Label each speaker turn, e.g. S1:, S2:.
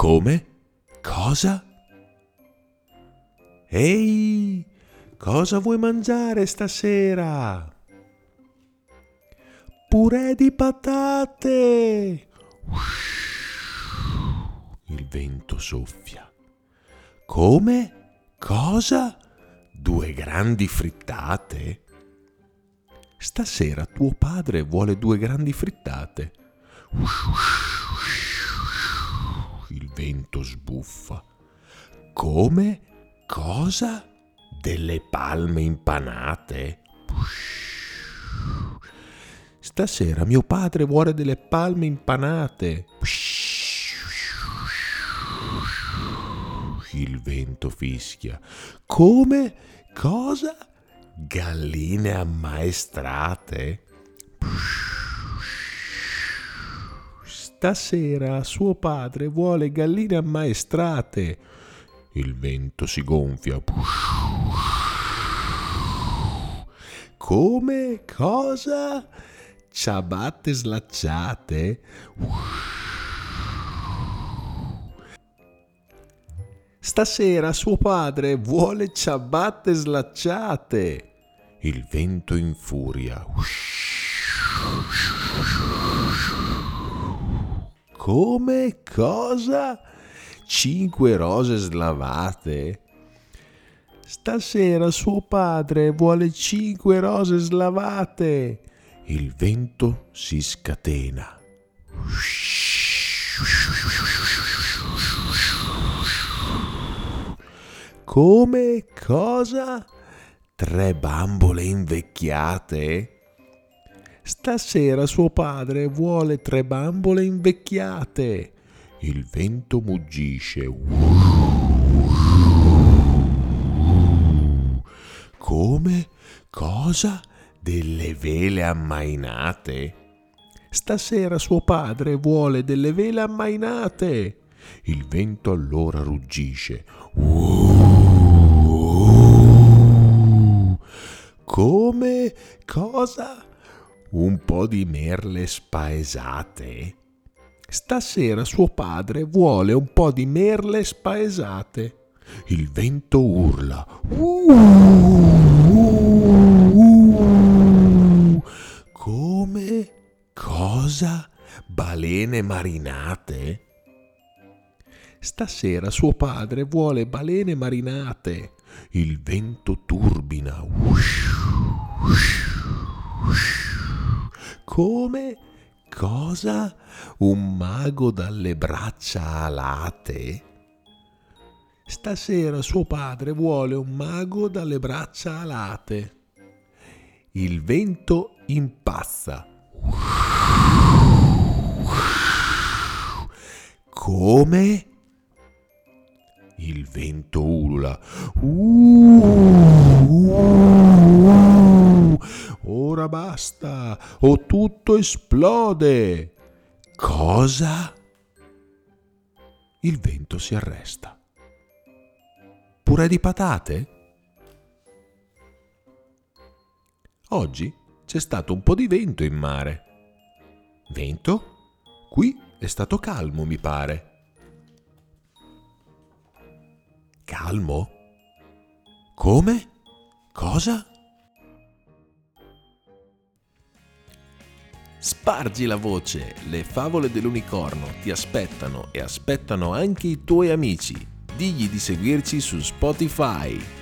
S1: Come? Cosa? Ehi, cosa vuoi mangiare stasera? Purè di patate! Il vento soffia. Come? Cosa? 2 grandi frittate? Stasera tuo padre vuole 2 grandi frittate. Il vento sbuffa. Come? Cosa? Delle palme impanate? Stasera mio padre vuole delle palme impanate. Il vento fischia. Come? Cosa? Galline ammaestrate? Stasera suo padre vuole galline ammaestrate. Il vento si gonfia. Come? Cosa? Ciabatte slacciate? Stasera suo padre vuole ciabatte slacciate. Il vento infuria. Come? Cosa? 5 rose slavate? Stasera suo padre vuole 5 rose slavate. Il vento si scatena. Come? Cosa? 3 bambole invecchiate? Stasera suo padre vuole 3 bambole invecchiate. Il vento muggisce. Come? Cosa? Delle vele ammainate? Stasera suo padre vuole delle vele ammainate. Il vento allora ruggisce. Come? Cosa? Un po' di merle spaesate? Stasera suo padre vuole un po' di merle spaesate. Il vento urla. Come? Cosa? Balene marinate? Stasera suo padre vuole balene marinate. Il vento turbina. Come? Cosa? Un mago dalle braccia alate? Stasera suo padre vuole un mago dalle braccia alate. Il vento impazza. Come? Il vento ulula. Ora basta, o tutto esplode. Cosa? Il vento si arresta. Purè di patate? Oggi c'è stato un po' di vento in mare. Vento? Qui è stato calmo, mi pare. Calmo? Come? Cosa? Spargi la voce, le favole dell'unicorno ti aspettano e aspettano anche i tuoi amici. Digli di seguirci su Spotify.